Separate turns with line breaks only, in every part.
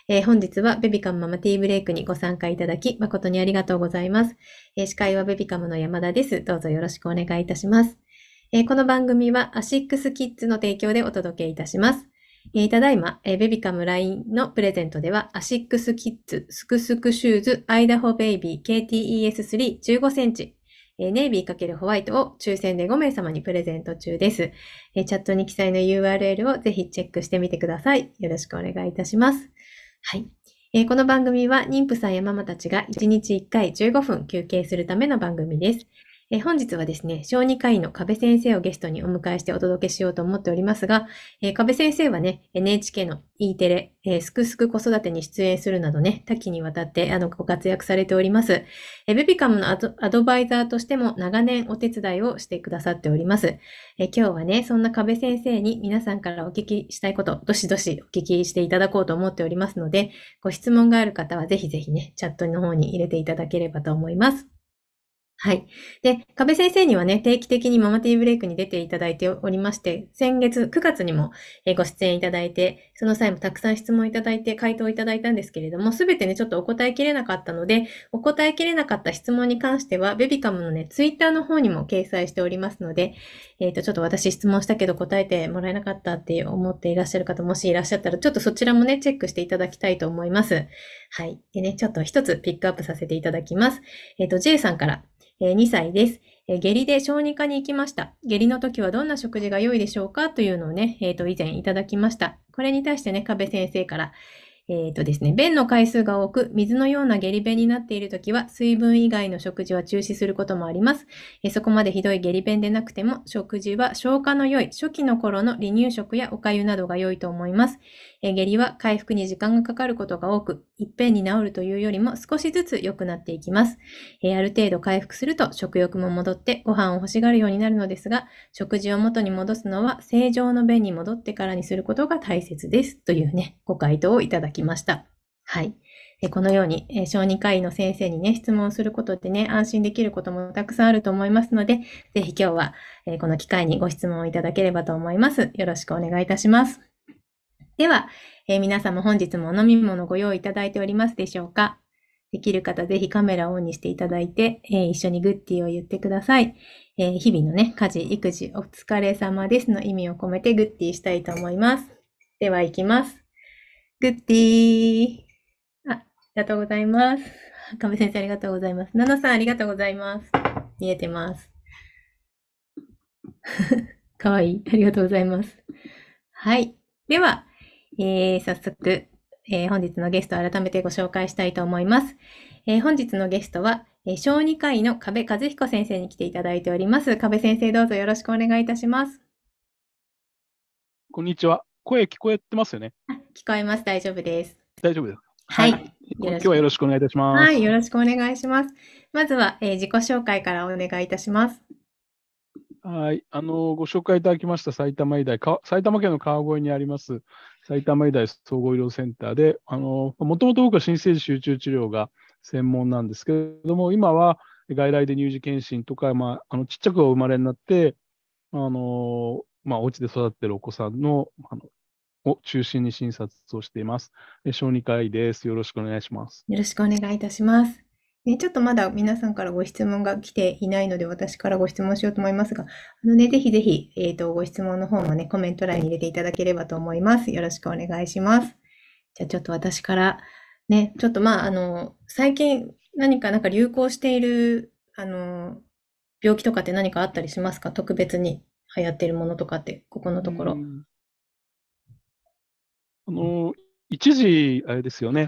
本日はベビカムママティーブレイクにご参加いただき、誠にありがとうございます。司会はベビカムの山田です。どうぞよろしくお願いいたします。この番組はアシックスキッズの提供でお届けいたします。ただいま、ベビカム LINE のプレゼントでは、アシックスキッズスクスクシューズアイダホベイビー KTES3 15センチ、ネイビー×ホワイトを抽選で5名様にプレゼント中です。チャットに記載の URL をぜひチェックしてみてください。よろしくお願いいたします。はい。この番組は妊婦さんやママたちが1日1回15分休憩するための番組です。本日はですね、小児科医の加部先生をゲストにお迎えしてお届けしようと思っておりますが、加部先生はね、NHK の E テレ、すくすく子育てに出演するなどね、多岐にわたってご活躍されております。ベビカムのアドバイザーとしても長年お手伝いをしてくださっております。今日はね、そんな加部先生に皆さんからお聞きしたいこと、どしどしお聞きしていただこうと思っておりますので、ご質問がある方はぜひぜひね、チャットの方に入れていただければと思います。はい。で、加部先生にはね、定期的にママティーブレイクに出ていただいておりまして、先月9月にもご出演いただいて、その際もたくさん質問いただいて、回答いただいたんですけれども、すべてね、ちょっとお答えきれなかったので、お答えきれなかった質問に関しては、ベビカムのね、ツイッターの方にも掲載しておりますので、ちょっと私質問したけど答えてもらえなかったって思っていらっしゃる方、もしいらっしゃったら、ちょっとそちらもね、チェックしていただきたいと思います。はい。でね、ちょっと一つピックアップさせていただきます。J さんから、2歳です。下痢で小児科に行きました。下痢の時はどんな食事が良いでしょうかというのをね、以前いただきました。これに対してね、加部先生から、ですね、便の回数が多く、水のような下痢便になっているときは、水分以外の食事は中止することもあります。そこまでひどい下痢便でなくても、食事は消化の良い初期の頃の離乳食やお粥などが良いと思います。下痢は回復に時間がかかることが多く、いっぺんに治るというよりも少しずつ良くなっていきます。ある程度回復すると食欲も戻ってご飯を欲しがるようになるのですが、食事を元に戻すのは正常の便に戻ってからにすることが大切ですというね、ご回答をいただきました。はい。このように、小児科医の先生にね、質問することでね、安心できることもたくさんあると思いますので、ぜひ今日は、この機会にご質問をいただければと思います。よろしくお願いいたします。では、皆様本日もお飲み物ご用意いただいておりますでしょうか？できる方ぜひカメラをオンにしていただいて、一緒にグッディを言ってください。日々のね、家事、育児お疲れ様ですの意味を込めてグッディしたいと思います。では行きます。グッディありがとうございます。亀先生ありがとうございます。ナナさんありがとうございます。見えてます。かわいい。ありがとうございます。はい。では、早速、本日のゲストを改めてご紹介したいと思います。本日のゲストは、小児科医の加部和彦先生に来ていただいております。加部先生どうぞよろしくお願いいたします。
こんにちは。声聞こえてますよね。
聞こえます。大丈夫です。
大丈夫ですか？
はい。
はい。今日はよろしくお願いいたしま
はい。
す。
よろしくお願いします。まずは、自己紹介からお願いいたします。
はい。ご紹介いただきました埼玉医大、埼玉県の川越にあります埼玉医大総合医療センターで、もともと僕は新生児集中治療が専門なんですけれども、今は外来で乳児検診とか、ちっちゃくお生まれになって、お家で育っているお子さんの、を中心に診察をしています。小児科医です。よろしくお願いします。
よろしくお願いいたします。ちょっとまだ皆さんからご質問が来ていないので、私からご質問しようと思いますが、ぜひぜひ、ご質問の方もね、コメント欄に入れていただければと思います。よろしくお願いします。じゃあちょっと私から、ね、ちょっと最近なんか流行している、病気とかって何かあったりしますか？特別に流行っているものとかって、ここの
う
ところ。
んあの、一時、あれですよね。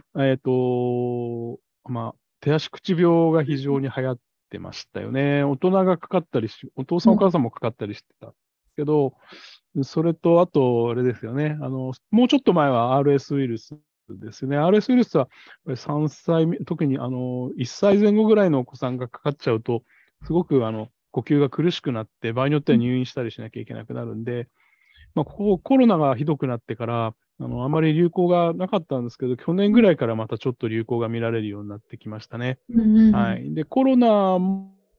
手足口病が非常に流行ってましたよね。大人がかかったりお父さんお母さんもかかったりしてたけど、それと、あと、あれですよね。もうちょっと前は RS ウイルスですね。RS ウイルスは3歳目、特に1歳前後ぐらいのお子さんがかかっちゃうと、すごく呼吸が苦しくなって、場合によっては入院したりしなきゃいけなくなるんで、ここコロナがひどくなってから、あまり流行がなかったんですけど、去年ぐらいからまたちょっと流行が見られるようになってきましたね。
うんうんうん。
はい。で、コロナ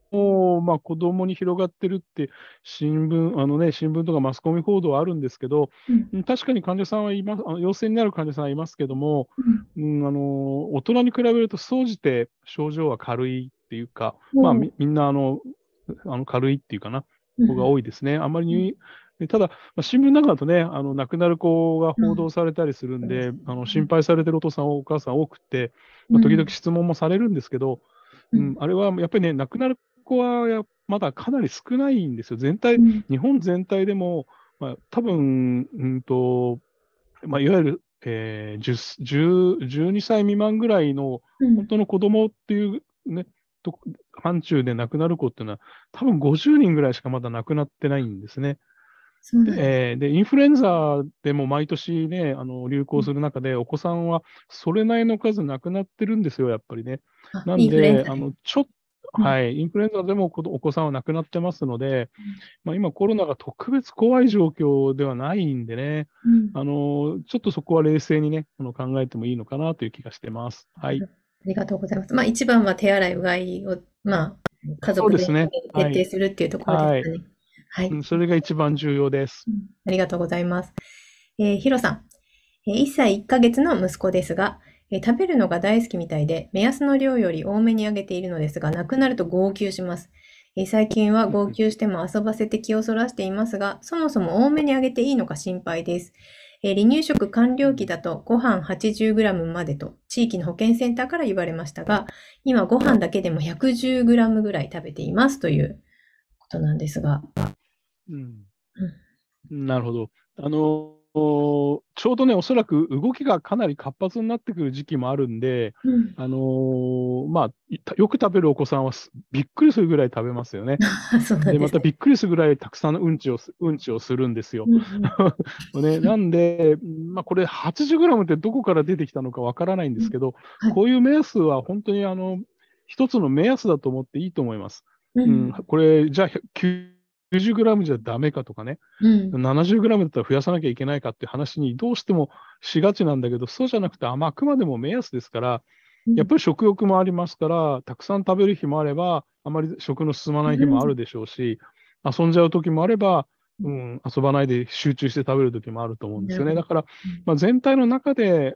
まあ、子供に広がってるって新聞とかマスコミ報道はあるんですけど、
うん。
確かに患者さんはいます、陽性になる患者さんはいますけども、
うん。
大人に比べると、総じて症状は軽いっていうか、まあ、
おー。
みんな軽いっていうかな、子が
うん。
多いですね。あんまり
うん。
でただ、新聞の中だとね、亡くなる子が報道
うん。
されたりするん
そうです
で、心
ね。
配されてるお父さん、お母さん多くて、時々
うん。
質問もされるんですけど、
うん。
あれはやっぱりね、亡くなる子はまだかなり少ないんですよ。
うん。
日本全体でも、多分、いわゆる、12歳未満ぐらいの
うん。
本当の子供っていうね、範疇で亡くなる子っていうのは、多分50人ぐらいしかまだ亡くなってないんですね。
そうなんです。
で、インフルエンザでも毎年ね、流
うん。
行する中で、お子さんはそれなりの数亡くなってるんですよ、やっぱりね。
あ、インフルエン
なんで、
ザで。うん。
はい、インフルエンザでもお子さんは亡くなってますので、
うん。
今コロナが特別怖い状況ではないんでね、
うん。
ちょっとそこは冷静にね、考えてもいいのかなという気がしてます。はい。
ありがとうございます。まあ、一番は手洗い、うがいを、まあ、家族全員
そうですね。はい。
で徹底するっていうところです
はい。
かね。はい。
それが一番重要です。
うん。ありがとうございます。ヒロさん。1歳1ヶ月の息子ですが、食べるのが大好きみたいで、目安の量より多めにあげているのですが、なくなると号泣します。最近は号泣しても遊ばせて気をそらしていますが、そもそも多めにあげていいのか心配です。離乳食完了期だとご飯 80g までと地域の保健センターから言われましたが、今ご飯だけでも 110g ぐらい食べていますということなんですが。
うん。
うん。
なるほど。ちょうどね、おそらく動きがかなり活発になってくる時期もあるんで、
うん。
よく食べるお子さんはびっくりするぐらい食べますよね。
そうなん
で、
ですね。
またびっくりするぐらいたくさんうんちをするんですよ。
うん。
ね、なんで、これ 80g ってどこから出てきたのかわからないんで
うん。
すけど、
はい。
こういう目安は本当に一つの目安だと思っていいと思います。
うん
これ、じゃあ 90g じゃダメかとかね、
うん。
70グラムだったら増やさなきゃいけないかっていう話にどうしてもしがちなんだけど、そうじゃなくて、あくまでも目安ですから、
うん。
やっぱり食欲もありますから、たくさん食べる日もあれば、あまり食の進まない日もあるでしょうし、遊んじゃう時もあれば、遊ばないで集中して食べる時もあると思うんですよね。
なるほど。
だから、
うん。
全体の中で、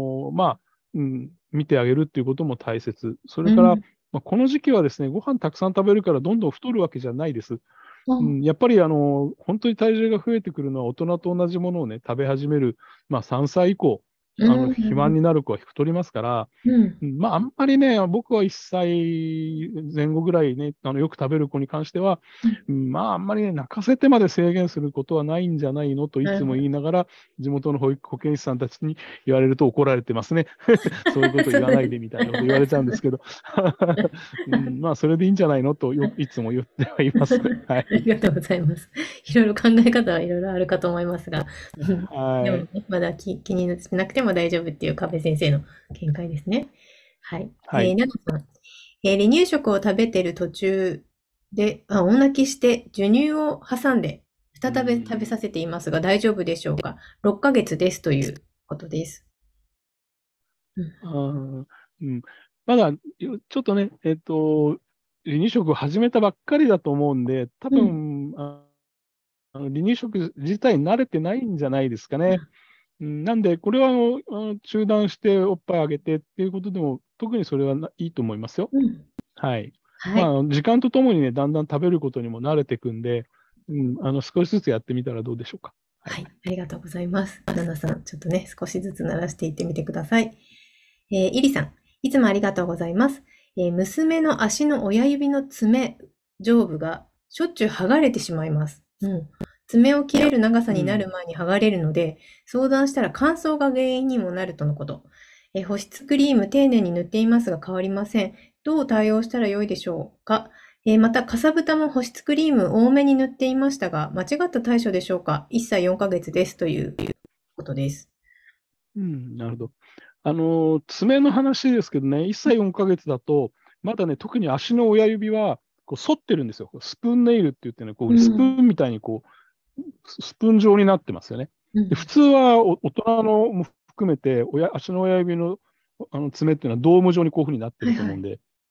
見てあげるっていうことも大切。それから、
うん。
この時期はですね、ご飯たくさん食べるからどんどん太るわけじゃないです。
あ、
やっぱり本当に体重が増えてくるのは大人と同じものをね、食べ始める、3歳以降、
うん、な
肥
るほど。
満になる子は太りますから、
うん。
あんまりね、僕は1歳前後ぐらいね、よく食べる子に関しては、
うん。
あんまりね、泣かせてまで制限することはないんじゃないのといつも
なるほど。
言いながら、地元の保健師さんたちに言われると怒られてますね。そういうこと
そう
言わない
なんです。
でみたいなこと言われちゃうんですけど、それでいいんじゃないのといつも言ってはいます。はい。
ありがとうございます。いろいろ考え方はいろいろあるかと思いますが、うん。で
はい。
もね、まだ気にしなくても大丈夫っていう壁先生の見解ですね。はい。
はい。
長さん。離乳食を食べてる途中で、大泣きして授乳を挟んで、
う
再び食べ
ん。
させていますが大丈夫でしょうか？ 6 ヶ月ですということです。うん。
あーうん。まだ、ちょっとね、離乳食を始めたばっかりだと思うんで、多
うん。
分、離乳食自体慣れてないんじゃないですかね。なんで、これは中断しておっぱいあげてっていうことでも、特にそれはいいと思いますよ。
うん。
はい。
はい。
時間とともにね、だんだん食べることにも慣れていくんで、少しずつやってみたらどうでしょうか。はい。
はい。ありがとうございます。ナナさん、ちょっとね、少しずつ鳴らしていってみてください。イリさん、いつもありがとうございます。娘の足の親指の爪上部がしょっちゅう剥がれてしまいます。うん。爪を切れる長さになる
うん。
前に剥がれるので、相談したら乾燥が原因にもなるとのこと。保湿クリーム丁寧に塗っていますが変わりません。どう対応したらよいでしょうか？また、かさぶたも保湿クリーム多めに塗っていましたが、間違った対処でしょうか？ 1 歳4ヶ月ですということです。
うん、なるほど。爪の話ですけどね、1歳4ヶ月だと、まだね、特に足の親指は、反ってるんですよ。スプーンネイルって言ってね、こういうふうにスプー
うん。
ンみたいにスプーン状になってますよね。で、普
うん。
通は大人のも含めて足の親指の、爪っていうのはドーム状にこういうふうになって
はいはい。
ると思うんで、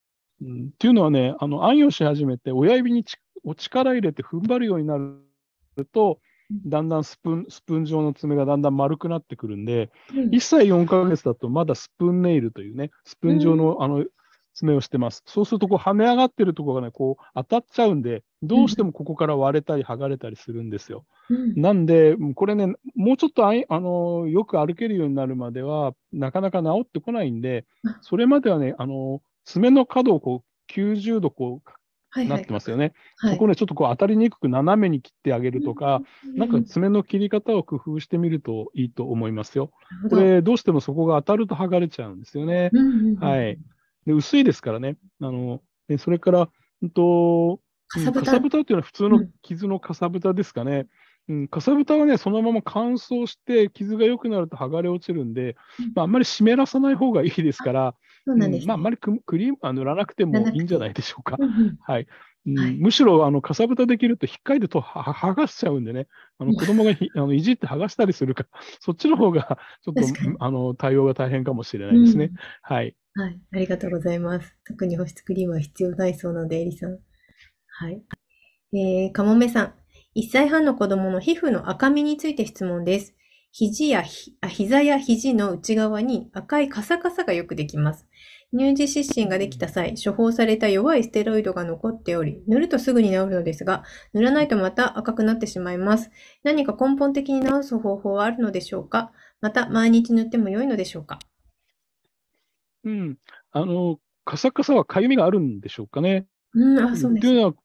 っていうのはね、暗用し始めて、親指にお力入れて踏ん張るようになると、だんだんスプーン状の爪がだんだん丸くなってくるんで、
うん。
1歳4ヶ月だとまだスプーンネイルというね、スプーン状
うん。
の爪をしてます。そうすると、こう、跳ね上がってるところがね、こう、当たっちゃうんで、どうして
うん。
もここから割れたり剥がれたりするんですよ。
うん。
なんで、これね、もうちょっとよく歩けるようになるまでは、なかなか治ってこないんで、
あ、
それまではね、爪の角をこう90度こうなっ
はいはい。
てますよね。
はい。
そこね、ちょっとこう当たりにくく斜めに切ってあげ
うん。
るとか、なん
うん。
か爪の切り方を工夫してみるといいと思いますよ。
なるほど。
これ、どうしてもそこが当たると剥がれちゃうんですよね。
うん。うん。うん。
はい。で、薄いですからね。でそれから、うんと、かさ
かさぶた。
ぶたっていうのは普通の
うん。
傷のかさぶたですかね。かさぶたはね、そのまま乾燥して傷が良くなると剥がれ落ちるんで、
うん。
まあ、あんまり湿らさない方がいいです
あ、
から、
そうなんです
まあ、あん
ね。
まりクリームは塗らなくて
じゃ
もいいんじゃない
なくていい。
でしょうか。
うん。うん。
はい。
はい。
むしろ、かさぶたできると、引っかいてと剥がしちゃうんでね、
うん。
子供がいじって剥がしたりするから、そっちの方が、ちょっと、
確かに。
対応が大変かもしれないですね。
うん。
はい。
はい。ありがとうございます。特に保湿クリームは必要ないそうなので、エリさん。はい。かもめさん。1歳半の子供の皮膚の赤みについて質問です。膝や肘の内側に赤いカサカサがよくできます。乳児湿疹ができた際、処方された弱いステロイドが残っており、塗るとすぐに治るのですが、塗らないとまた赤くなってしまいます。何か根本的に治す方法はあるのでしょうか？また、毎日塗っても良いのでしょうか？
うん。カサカサはかゆみがあるんでしょうかね。
うん、あ、そうですね。
っていうのは、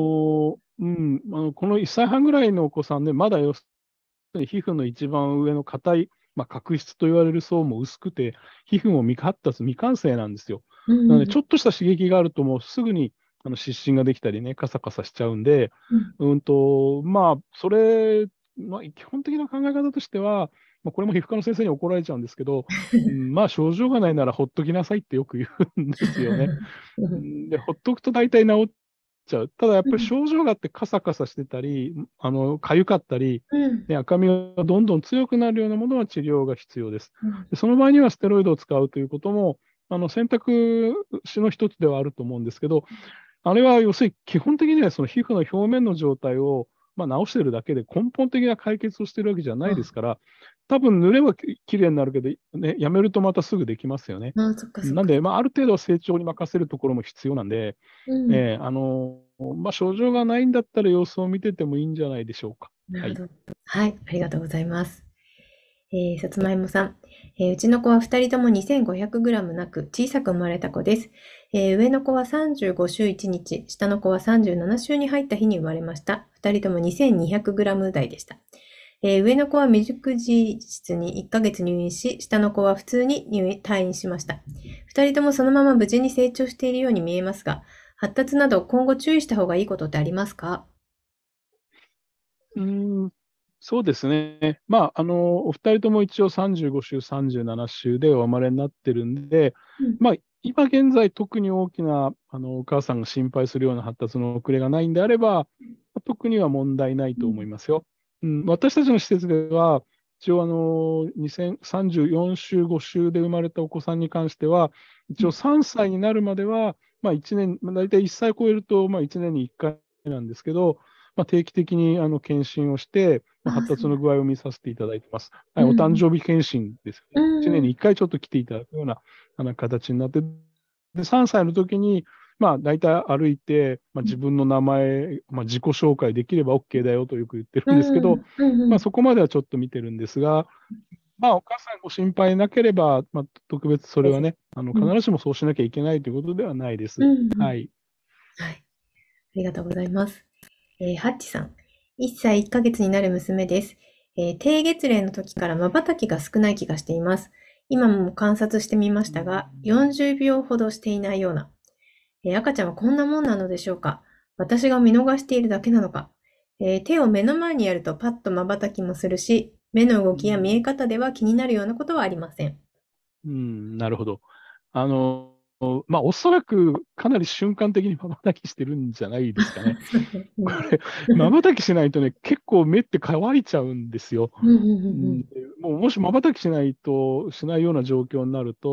この1歳半ぐらいのお子さんで、まだ要するに皮膚の一番上の硬い、角質と言われる層も薄くて、皮膚も未完成なんですよ。なので、
うん、
ちょっとした刺激があると、もうすぐに湿疹ができたりね、カサカサしちゃうんで、
うん、
基本的な考え方としては、これも皮膚科の先生に怒られちゃうんですけど、症状がないならほっときなさいってよく言うんですよね。
うん、
で、ほっとくと大体治っちゃう。ただやっぱり
うん、
症状があってカサカサしてたり、痒かったり、
うん、
で、赤みがどんどん強くなるようなものは治療が必要です。
うん。
で、その場合にはステロイドを使うということも、選択肢の一つではあると思うんですけど、あれは要するに基本的にはその皮膚の表面の状態を、直してるだけで根本的な解決をしてるわけじゃないですから、多分塗ればきれいになるけど、ね、やめるとまたすぐできますよね。
ああ、そっかそっか。
なんで、ある程度は成長に任せるところも必要なんで、
うん。
症状がないんだったら様子を見ててもいいんじゃないでしょうか。はい。
なるほど。はい、ありがとうございます。さつまいもさん。うちの子は2人とも2500グラムなく小さく生まれた子です。上の子は35週1日、下の子は37週に入った日に生まれました。2人とも2200グラム台でした。上の子は未熟児室に1ヶ月入院し、下の子は普通に退院しました。2人ともそのまま無事に成長しているように見えますが、発達など今後注意した方がいいことってありますか？
うーん、そうですね。お二人とも一応35週、37週でお生まれになってるんで、
うん。
今現在特に大きな、お母さんが心配するような発達の遅れがないんであれば、特には問題ないと思い
うん。
ますよ。私たちの施設では、一応2034週、5週で生まれたお子さんに関しては、一応3歳になるまでは、1年、大体1歳超えると、1年に1回なんですけど、定期的に検診をして、
ああ、そうなんだ。
発達の具合を見させていただいてます。はい、お誕
うん。
生日検診ですよ
う
ね。1年に
ん。
1回ちょっと来ていただくような形になって、で、3歳の時に、大体歩いて、自分の名前、自己紹介できれば OK だよとよく言ってる
うん。
んですけど、
うん。うん。
そこまではちょっと見てるんですが、お母さんご心配なければ、特別それはね、必
うん。
ずしもそうしなきゃいけないということではないです。
うん。うん。
はい。
はい。ありがとうございます。ハッチさん。1歳1ヶ月になる娘です。低月齢の時から瞬きが少ない気がしています。今も観察してみましたが、40秒ほどしていないような。赤ちゃんはこんなもんなのでしょうか？私が見逃しているだけなのか？手を目の前にやるとパッと瞬きもするし、目の動きや見え方では気になるようなことはありません。
なるほど。あの、おそらくかなり瞬間的に瞬きしてるんじゃないですかね。
う
こ
ん。
れ、瞬きしないとね、結構目って乾いちゃうんですよ。
うん。うん。うん。
もうもし瞬きしないような状況になると、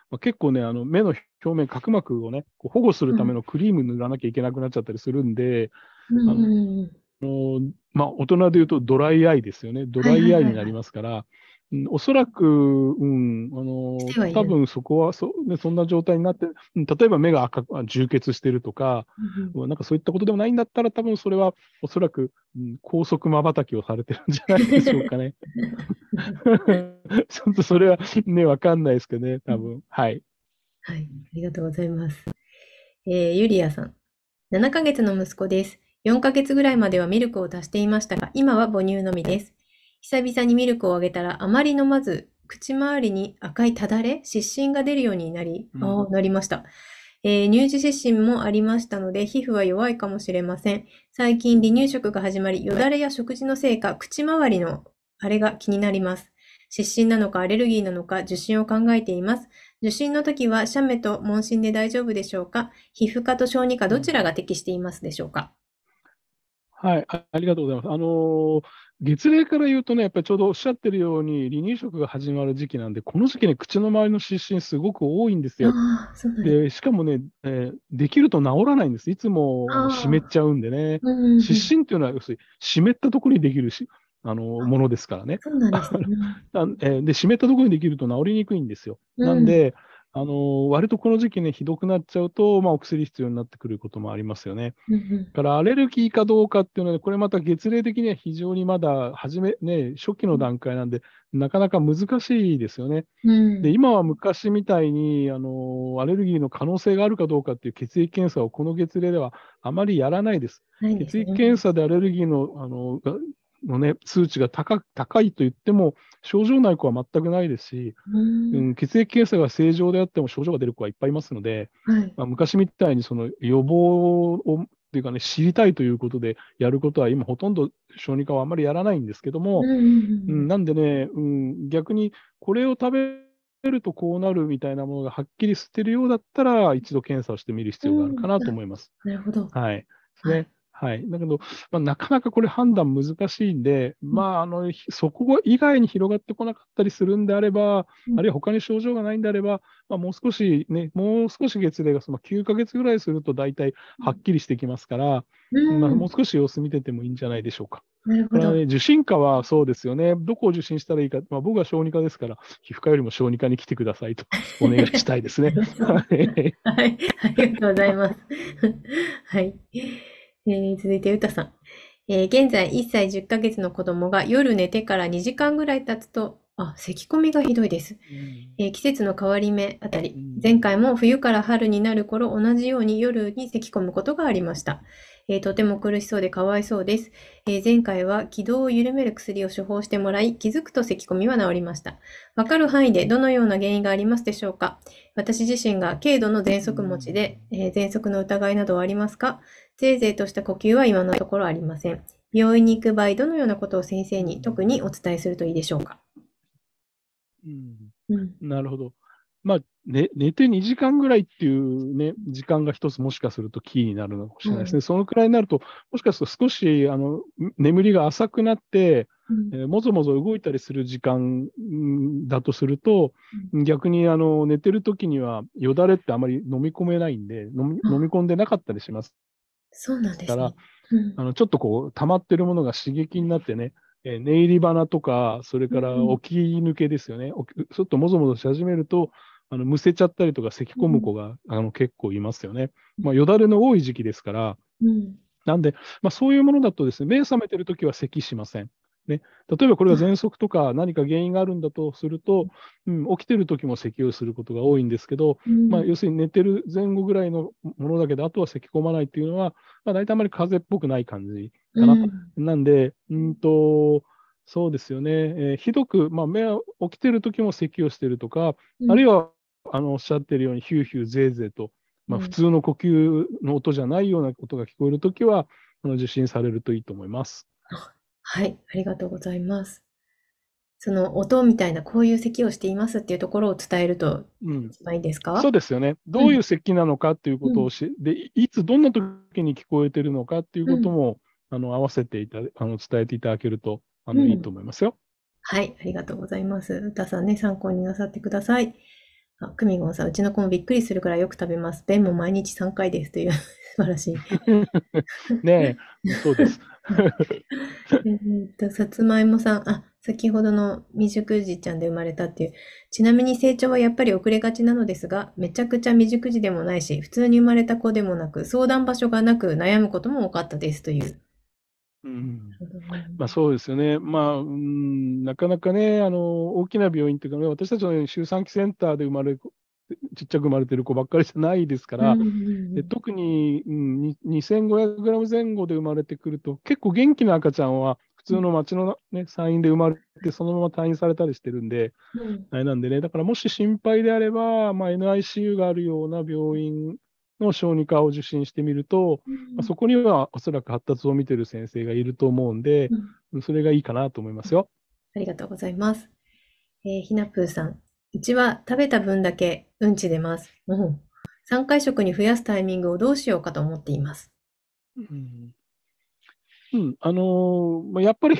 結構ね、目の表面、角膜をね、こう保護する
うん。
ためのクリーム塗らなきゃいけなくなっちゃったりするんで、
うん
あの、
うんうん。
大人で言うとドライアイですよね。ド
はい
ライアイにな
はいはいはい。
りますから、おそらく、
してはいる。
多分そこはね、そんな状態になって、例えば目が充血してるとか、
うん
なんかそういったことでもないんだったら、多分それはおそらく、高速瞬きをされてるんじゃないでしょうかね。ちょっとそれはね、わかんないですけどね、
うん。
多分。はい。
はい、ありがとうございます。ゆりやさん。7ヶ月の息子です。4ヶ月ぐらいまではミルクを足していましたが、今は母乳のみです。久々にミルクをあげたら、あまり飲まず、口周りに赤いただれ、湿疹が出るように
うん。
なりました。乳児湿疹もありましたので、皮膚は弱いかもしれません。最近離乳食が始まり、よだれや食事のせいか、口周りのあれが気になります。湿疹なのかアレルギーなのか受診を考えています。受診の時は写メと問診で大丈夫でしょうか？皮膚科と小児科
うん。
どちらが適していますでしょうか？
はい、ありがとうございます。月齢から言うとね、やっぱりちょうどおっしゃってるように、離乳食が始まる時期なんで、この時期ね、口の周りの湿疹すごく多いんですよ。
ああ、そうなんです。
で、しかもね、できると治らないんです。いつも湿っ
ああ、
ちゃうんでね。
うんうん
湿
うん。
疹っていうのは、要するに湿ったところにできるものですからね。
そうなんですね。
あので、湿ったところにできると治りにくいんですよ。
うん。
なんで、割とこの時期ね、ひどくなっちゃうと、お薬必要になってくることもありますよね。
うんうん
からアレルギーかどうかっていうのはね、これまた月齢的には非常にまだ初期の段階なんで、なかなか難しいですよね。で、
うん。
今は昔みたいに、アレルギーの可能性があるかどうかっていう血液検査をこの月齢ではあまりやらないです。
ないんですね。
血液検査でアレルギーのね、数値が高いと言っても、症状ない子は全くないですし、
うん。
血液検査が正常であっても症状が出る子はいっぱいいますので、
はい。
昔みたいにその予防をっていうかね、知りたいということでやることは今ほとんど小児科はあんまりやらないんですけども、
うんうんうんうん。
なんでね、逆にこれを食べるとこうなるみたいなものがはっきりしてるようだったら、一度検査をしてみる必要があるかなと思います。
なるほど。
はい。ですね。
はい。
はい。だけど、なかなかこれ判断難しいんで、
うん、
そこ以外に広がってこなかったりするんであれば、
うん、
あるいは他に症状がないんであれば、もう少し月齢がその9ヶ月ぐらいすると大体はっきりしてきますから、
うん。
もう少し様子見ててもいいんじゃないでしょうか。
なるほど。
これはね、受診科はそうですよね。どこを受診したらいいか。僕は小児科ですから、皮膚科よりも小児科に来てくださいとお願いしたいですね。
そうですね。
はい。
はい。ありがとうございます。はい。続いて、うたさん。現在1歳10ヶ月の子供が夜寝てから2時間ぐらい経つと、咳込みがひどいです。
うん。
季節の変わり目あたり、
うん。
前回も冬から春になる頃、同じように夜に咳込むことがありました。とても苦しそうでかわいそうです。前回は気道を緩める薬を処方してもらい、気づくと咳込みは治りました。わかる範囲でどのような原因がありますでしょうか？私自身が軽度の喘息持ちで、喘息の疑いなどはありますか？ぜいぜいとした呼吸は今のところありません。病院に行く場合、どのようなことを先
う
生に特にお
ん。
伝えするといいでしょうか？
うん。
うん。
なるほど。寝て2時間ぐらいっていうね、時間が一つもしかするとキーになるのかもしれないですね。
うん。
そのくらいになると、もしかすると少し、眠りが浅くなって、
うん。
もぞもぞ動いたりする時間だとすると、
うん。
逆に寝てる時にはよだれってあまり飲み込めないんで、飲み
あ、
込んでなかったりします
そうなんで
から、
すね。うん。
ちょっとこう、溜まってるものが刺激になってね、寝入り鼻とか、それから
うん。
起き抜けですよね。ちょっともぞもぞし始めると、むせちゃったりとか、咳込む
うん。
子が結構いますよね。
うん。
よだれの多い時期ですから、
うん。
なんで、そういうものだとですね、目覚めてるときは咳しません。ね、例えばこれが喘息とか何か原因があるんだとすると、起きてるときも咳をすることが多いんですけど、
うん。
要するに寝てる前後ぐらいのものだけど、あとは咳込まないっていうのは、大体あまり風邪っぽくない感じ
う
かな。
ん。
なんで、そうですよね、ひどく、目が起きてるときも咳をしてるとか、
うん。
あるいはおっしゃってるようにヒューヒューゼーゼーと、普
うん。
通の呼吸の音じゃないような音が聞こえるときは、受診されるといいと思います。
はい、ありがとうございます。その音みたいな、こういう咳をしていますっていうところを伝えると
うん。
一番いいですか？
そうですよね。
うん。
どういう咳なのかっていうこ
うん。
とをで、いつどんな時に聞こえてるのかっていう
うん。
ことも、合わせて伝えていただけると、いいと
うん。
思いますよ。
はい、ありがとうございます。歌さんね、参考になさってください。 クミゴンさん、うちの子もびっくりするくらいよく食べます。便も毎日3回ですという素晴らしい。
ねえ、そうです。
さつまいもさん、先ほどの未熟児ちゃんで生まれたっていう。ちなみに成長はやっぱり遅れがちなのですが、めちゃくちゃ未熟児でもないし、普通に生まれた子でもなく、相談場所がなく悩むことも多かったですという。
うん。そうですよね。なかなかね、大きな病院というかね、私たちのように周産期センターでちっちゃく生まれてる子ばっかりじゃないですか
うんう
ら、
ん
特に、2500グラム前後で生まれてくると、結構元気な赤ちゃんは、普通の町の、ね、産院で生まれて、そのまま退院されたりしてるんで、
うん
あれなんでね、だからもし心配であれば、NICU があるような病院の小児科を受診してみると、
うん
そこにはおそらく発達を見てる先生がいると思うんで、
うん
それがいいかなと思いますよ。
ありがとうございます。ひなぷーさん。うちは食べた分だけうんち出ます。3回食に増やすタイミングをどうしようかと思っています。
うんやっぱり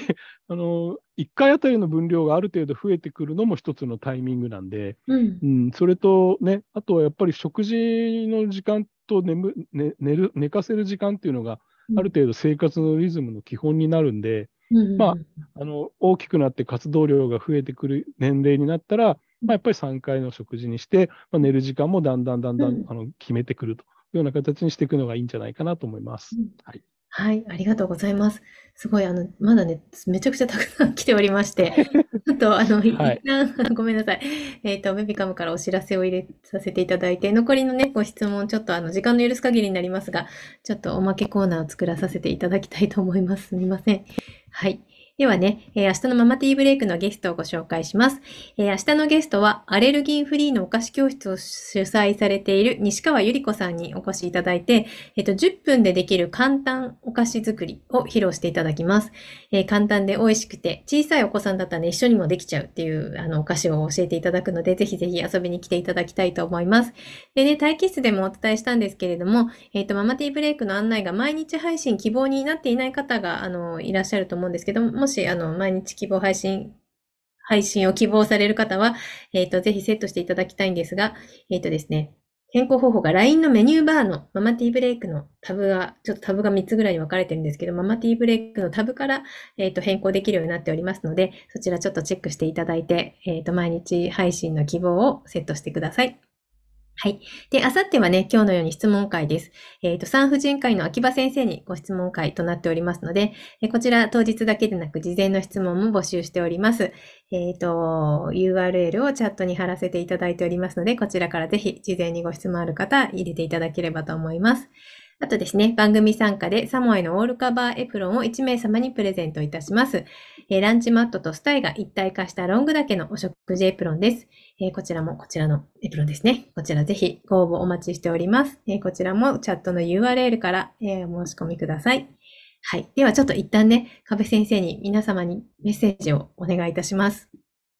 1回あたりの分量がある程度増えてくるのも一つのタイミングなんで、
うん。
それとね、あとはやっぱり食事の時間と寝かせる時間っていうのがある
うん。
程度生活のリズムの基本になるんで、
うん。
大きくなって活動量が増えてくる年齢になったら、やっぱり3回の食事にして、寝る時間もだんだんだんだん
うん。
決めてくるというような形にしていくのがいいんじゃないかなと思います。
うん。
はい。
はい、ありがとうございます。すごい、まだね、めちゃくちゃたくさん来ておりまして、ちょっと、
はい。
一旦、ごめんなさい。ベビカムからお知らせを入れさせていただいて、残りのね、ご質問、ちょっと、時間の許す限りになりますが、ちょっとおまけコーナーを作らさせていただきたいと思います。すみません。はい。ではね、明日のママティーブレイクのゲストをご紹介します。明日のゲストは、アレルギーフリーのお菓子教室を主催されている西川ゆり子さんにお越しいただいて、10分でできる簡単お菓子作りを披露していただきます。簡単で美味しくて、小さいお子さんだったらね、一緒にもできちゃうっていう、お菓子を教えていただくので、ぜひぜひ遊びに来ていただきたいと思います。でね、待機室でもお伝えしたんですけれども、ママティーブレイクの案内が毎日配信希望になっていない方が、いらっしゃると思うんですけども、もし、毎日配信を希望される方は、ぜひセットしていただきたいんですが、ですね、変更方法が LINE のメニューバーのママティーブレイクのちょっとタブが3つぐらいに分かれてるんですけど、ママティーブレイクのタブから、変更できるようになっておりますので、そちらちょっとチェックしていただいて、毎日配信の希望をセットしてください。はい。で、あさってはね、今日のように質問会です。産婦人科医の秋葉先生にご質問会となっておりますので、こちら当日だけでなく事前の質問も募集しております。URL をチャットに貼らせていただいておりますので、こちらからぜひ事前にご質問ある方入れていただければと思います。あとですね、番組参加でサモエのオールカバーエプロンを1名様にプレゼントいたします。ランチマットとスタイが一体化したロング丈のお食事エプロンです。こちらもこちらのエプロンですね。こちらぜひご応募お待ちしております。こちらもチャットの URL から、お申し込みください。はい。ではちょっと一旦ね、壁先生に皆様にメッセージをお願いいたします。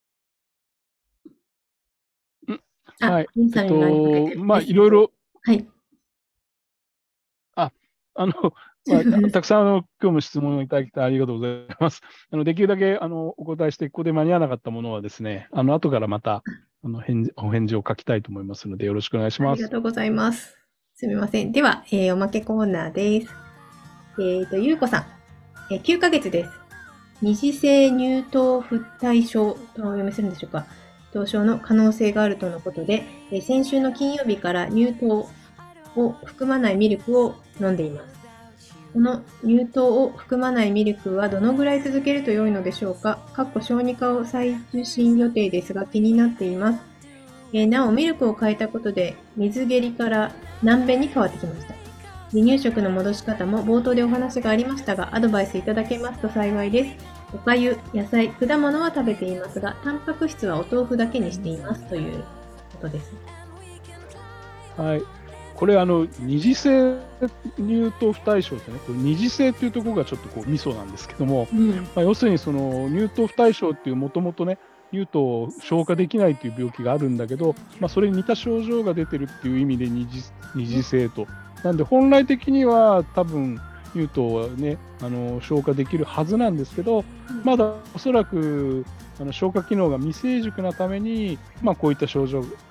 はい。
インサルになりかけてメッセージ
いろいろ、
はい。
あの、たくさん今日も質問をいただきありがとうございます。できるだけお答えして、ここで間に合わなかったものはですね、後からまたお返事を書きたいと思いますので、よろしくお願いし
あ
ます。
りがとうございます。すみません。では、おまけコーナーです。ゆうこさん、9ヶ月です。二次性乳糖不対症とお読みするんでしょうか。糖症の可能性があるとのことで、先週の金曜日から乳糖を含まないミルクを飲んでいます。この乳糖を含まないミルクはどのぐらい続けると良いのでしょうか。小児科を再受診予定ですが気になっています。なお、ミルクを変えたことで水下痢から軟便に変わってきました。離乳食の戻し方も冒頭でお話がありましたが、アドバイスいただけますと幸いです。おかゆ、野菜、果物は食べていますが、タンパク質はお豆腐だけにしていますということです。
はい。これ、二次性乳糖不対症ですね。これ二次性というところがちょっとミソなんですけども、要するにその乳糖不対症っていうもともとね、乳糖を消化できないという病気があるんだけど、それに似た症状が出てるっていう意味で二次性と。なんで本来的には多分乳糖はね、消化できるはずなんですけど、まだおそらく消化機能が未成熟なために、こういった症状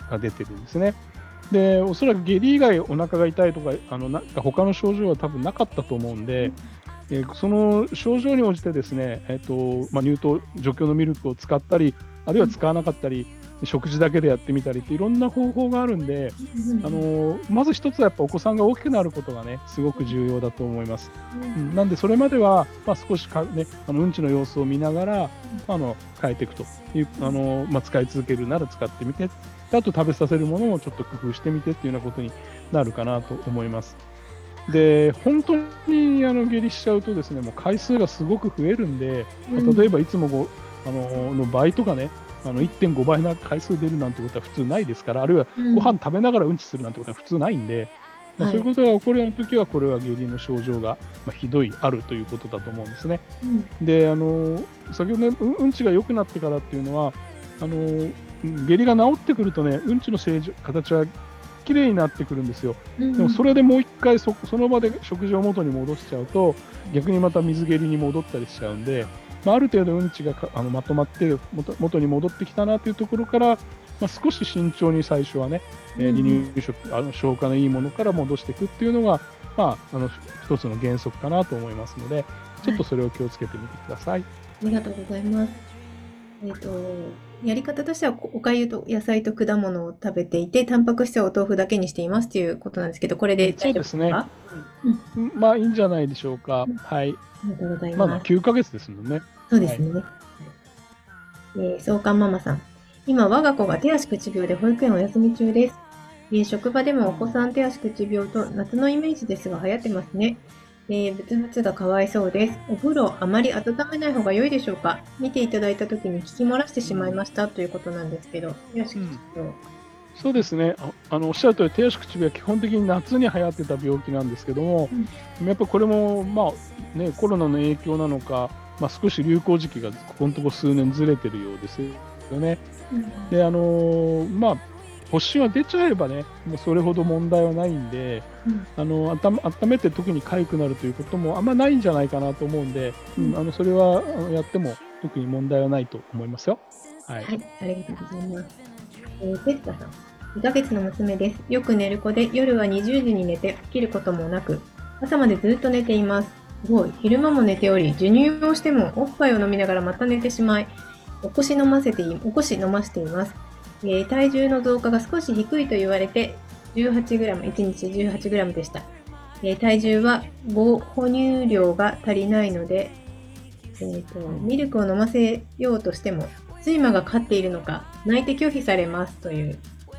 が出てるんですね。で、おそらく下痢以外お腹が痛いとか、なんか他の症状は多分なかったと思うんで、その症状に応じてですね、乳糖除去のミルクを使ったり、あるいは使わなかったり、食事だけでやってみたりっていろんな方法があるんで、まず一つはやっぱお子さんが大きくなることがね、すごく重要だと思います。なんでそれまでは、少しね、うんちの様子を見ながら、変えていくという、使い続けるなら使ってみて、あと食べさせるものをちょっと工夫してみてっていうようなことになるかなと思います。で、本当に下痢しちゃうとですね、もう回数がすごく増えるんで、例えばいつもの倍とかね、1.5 倍な回数出るなんてことは普通ないですから、あるいはご飯食べながらうんちするなんてことは普通ないんで、そういうことが起こるような時は、これは下痢の症状がひどい、あるということだと思うんですね。で、先ほどね、うんちが良くなってからっていうのは、下痢が治ってくるとね、うんちの形は綺麗になってくるんですよ。でもそれでもう一回その場で食事を元に戻しちゃうと、逆にまた水下痢に戻ったりしちゃうんで、ある程度うんちがまとまって元に戻ってきたなというところから、少し慎重に最初はね、離乳食、消化のいいものから戻していくっていうのが、一つの原則かなと思いますので、ちょっとそれを気をつけてみてください。
ありがとうございます。やり方としては、おかゆと野菜と果物を食べていて、タンパク質はお豆腐だけにしていますということなんですけど、これで
そうですね。いいんじゃないでしょうか。はい。
ありがとうございます。
9ヶ月ですもんね。
そうですね。創刊ママさん。今、我が子が手足口病で保育園お休み中です。職場でもお子さん手足口病と夏のイメージですが流行ってますね。ブツブツがかわいそうです。お風呂あまり温めない方が良いでしょうか。見ていただいたときに聞き漏らしてしまいましたということなんですけど、手足口病。
そうですね。おっしゃる通り、手足口病は基本的に夏に流行ってた病気なんですけども、やっぱこれも、コロナの影響なのか、少し流行時期がここのところ数年ずれてるようですよね。で、発疹は出ちゃえばね、もうそれほど問題はないんで、温めて特に痒くなるということもあんまないんじゃないかなと思うんで、それはやっても特に問題はないと思いますよ。はい、
ありがとうございます。ペッタさん。2ヶ月の娘です。よく寝る子で、夜は20時に寝て起きることもなく、朝までずっと寝ています。すごい。昼間も寝ており、授乳をしてもおっぱいを飲みながらまた寝てしまい、おこし飲ませています。体重の増加が少し低いと言われて、18g、1日 18g でした。体重は母乳量が足りないので、ミルクを飲ませようとしても、睡魔が勝っているのか、泣いて拒否されますという。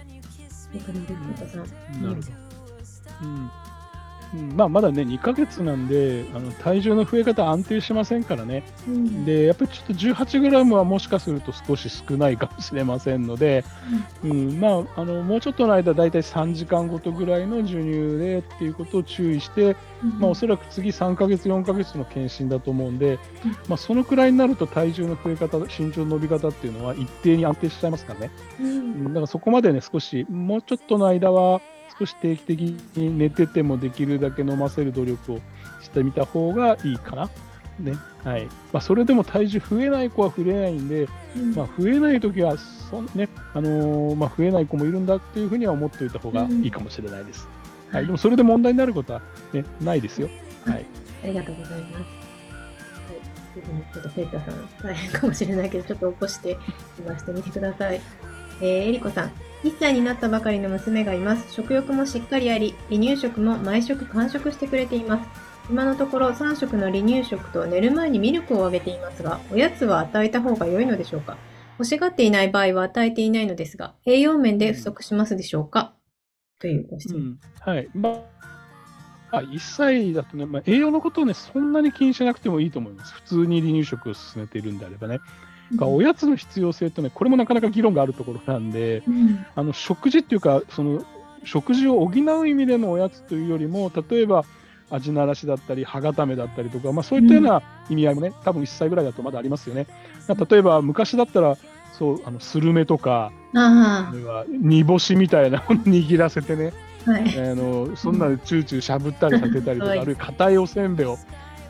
なるほど。まだね、2ヶ月なんで、体重の増え方安定しませんからね。で、やっぱりちょっと 18g はもしかすると少し少ないかもしれませんので、もうちょっとの間、だいたい3時間ごとぐらいの授乳でっていうことを注意して、おそらく次3ヶ月、4ヶ月の検診だと思うんで、そのくらいになると体重の増え方、身長の伸び方っていうのは一定に安定しちゃいますからね。だからそこまでね、もうちょっとの間は、少し定期的に寝ててもできるだけ飲ませる努力をしてみた方がいいかな。ね、はい。それでも体重増えない子は増えないんで、増えないときは増えない子もいるんだっていうふうには思っておいた方がいいかもしれないです。はい。でもそれで問題になることは、ね、ないですよ。はい。
ありがとうございます。ちょっとペーターさん大変かもしれないけど、ちょっと起こして言わせてみてください。えりこさん。1歳になったばかりの娘がいます。食欲もしっかりあり、離乳食も毎食完食してくれています。今のところ3食の離乳食と寝る前にミルクをあげていますが、おやつは与えた方が良いのでしょうか。欲しがっていない場合は与えていないのですが、栄養面で不足しますでしょうか、というご質問。
はい。1歳だとね、栄養のことをね、そんなに気にしなくてもいいと思います。普通に離乳食を進めているんであればね。おやつの必要性とね、これもなかなか議論があるところなんで、食事っていうか、食事を補う意味でのおやつというよりも、例えば味ならしだったり、歯固めだったりとか、そういったような意味合いもね、多分1歳ぐらいだとまだありますよね。例えば昔だったら、スルメとか、煮干しみたいなもの握らせてね、そんなチューチューしゃぶったりさせたりとか、あるいは硬いおせんべいを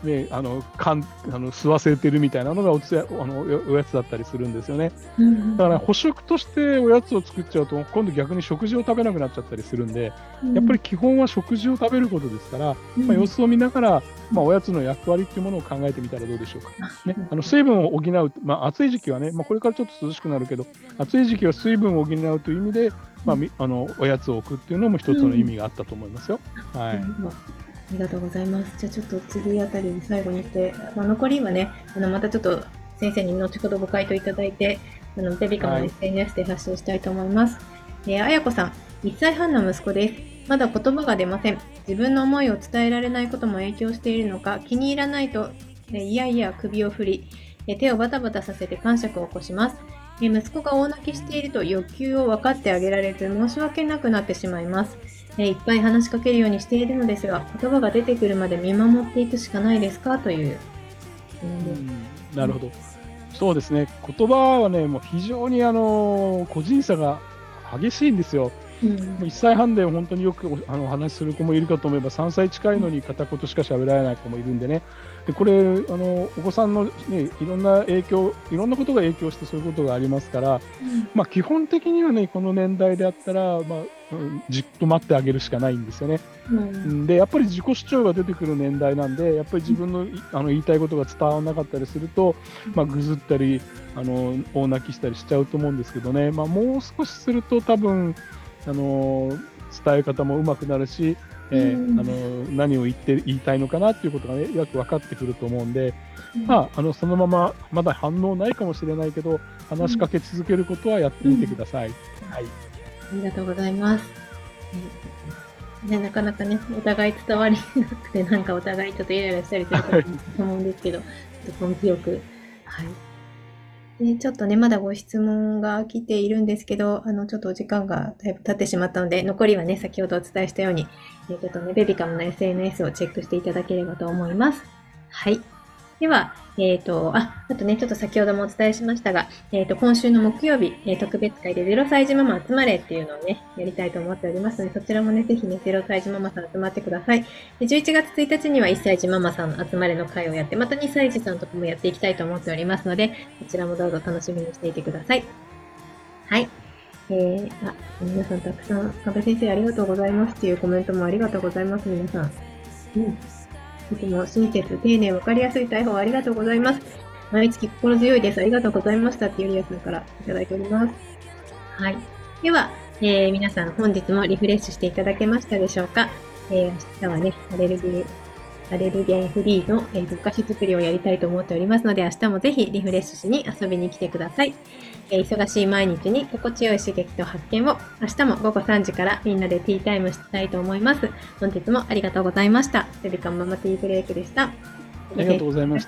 ね、吸わせてるみたいなのがおやつだったりするんですよね。だから捕食としておやつを作っちゃうと、今度逆に食事を食べなくなっちゃったりするんで、やっぱり基本は食事を食べることですから、様子を見ながら、おやつの役割っていうものを考えてみたらどうでしょうか。ね、水分を補う、暑い時期はね、これからちょっと涼しくなるけど、暑い時期は水分を補うという意味で、おやつを置くっていうのも一つの意味があったと思いますよ。はい。
ありがとうございます。じゃあちょっと次あたりに最後にして、残りはね、またちょっと先生に後ほどご回答いただいて、ベビカムの SNS で発信したいと思います。あやこさん、1歳半の息子です。まだ言葉が出ません。自分の思いを伝えられないことも影響しているのか、気に入らないと、いやいや首を振り、手をバタバタさせて感触を起こします。息子が大泣きしていると欲求を分かってあげられず申し訳なくなってしまいます。いっぱい話しかけるようにしているのですが、言葉が出てくるまで見守っていくしかないですかという。
なるほど。そうですね。言葉はね、もう非常に個人差が激しいんですよ。1歳半で本当によくお話しする子もいるかと思えば、3歳近いのに片言しか喋られない子もいるんでね。でこれお子さんの、ね、いろんなことが影響してそういうことがありますから、基本的にはね、この年代であったら、じっと待ってあげるしかないんですよね。でやっぱり自己主張が出てくる年代なんで、やっぱり自分の言いたいことが伝わらなかったりすると、ぐずったり大泣きしたりしちゃうと思うんですけどね、もう少しすると多分伝え方も上手くなるし、何を言いたいのかなっていうことがね、よく分かってくると思うんで、そのまままだ反応ないかもしれないけど、話しかけ続けることはやってみてください。はい。
ありがとうございます。なかなかね、お互い伝わりなくて、なんかお互いちょっとイライラしたりすると思うんですけど、ちょっと根気よく。はい。で、ちょっとね、まだご質問が来ているんですけど、ちょっとお時間がだいぶ経ってしまったので、残りはね、先ほどお伝えしたように、ちょっとね、ベビカムの SNS をチェックしていただければと思います。はい。では、あとね、ちょっと先ほどもお伝えしましたが、今週の木曜日、特別会で0歳児ママ集まれっていうのをね、やりたいと思っておりますので、そちらもね、ぜひね、0歳児ママさん集まってください。で11月1日には1歳児ママさんの集まれの会をやって、また2歳児さんとかもやっていきたいと思っておりますので、こちらもどうぞ楽しみにしていてください。はい。皆さんたくさん、加部先生ありがとうございますっていうコメントもありがとうございます、皆さん。いつも親切、丁寧、わかりやすい対応ありがとうございます。毎月心強いです。ありがとうございましたってゆりやさんからいただいております。はい。では、皆さん本日もリフレッシュしていただけましたでしょうか。明日はね、アレルゲンフリーの、お菓子作りをやりたいと思っておりますので、明日もぜひリフレッシュしに遊びに来てください。忙しい毎日に心地よい刺激と発見を、明日も午後3時からみんなでティータイムしたいと思います。本日もありがとうございました。ベビカムママティーブレイクでした。あ
りがとうございました。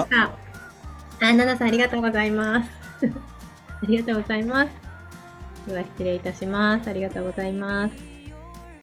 ナナさんありがとうございます。ありがとうございます。では失礼いたします。ありがとうございます。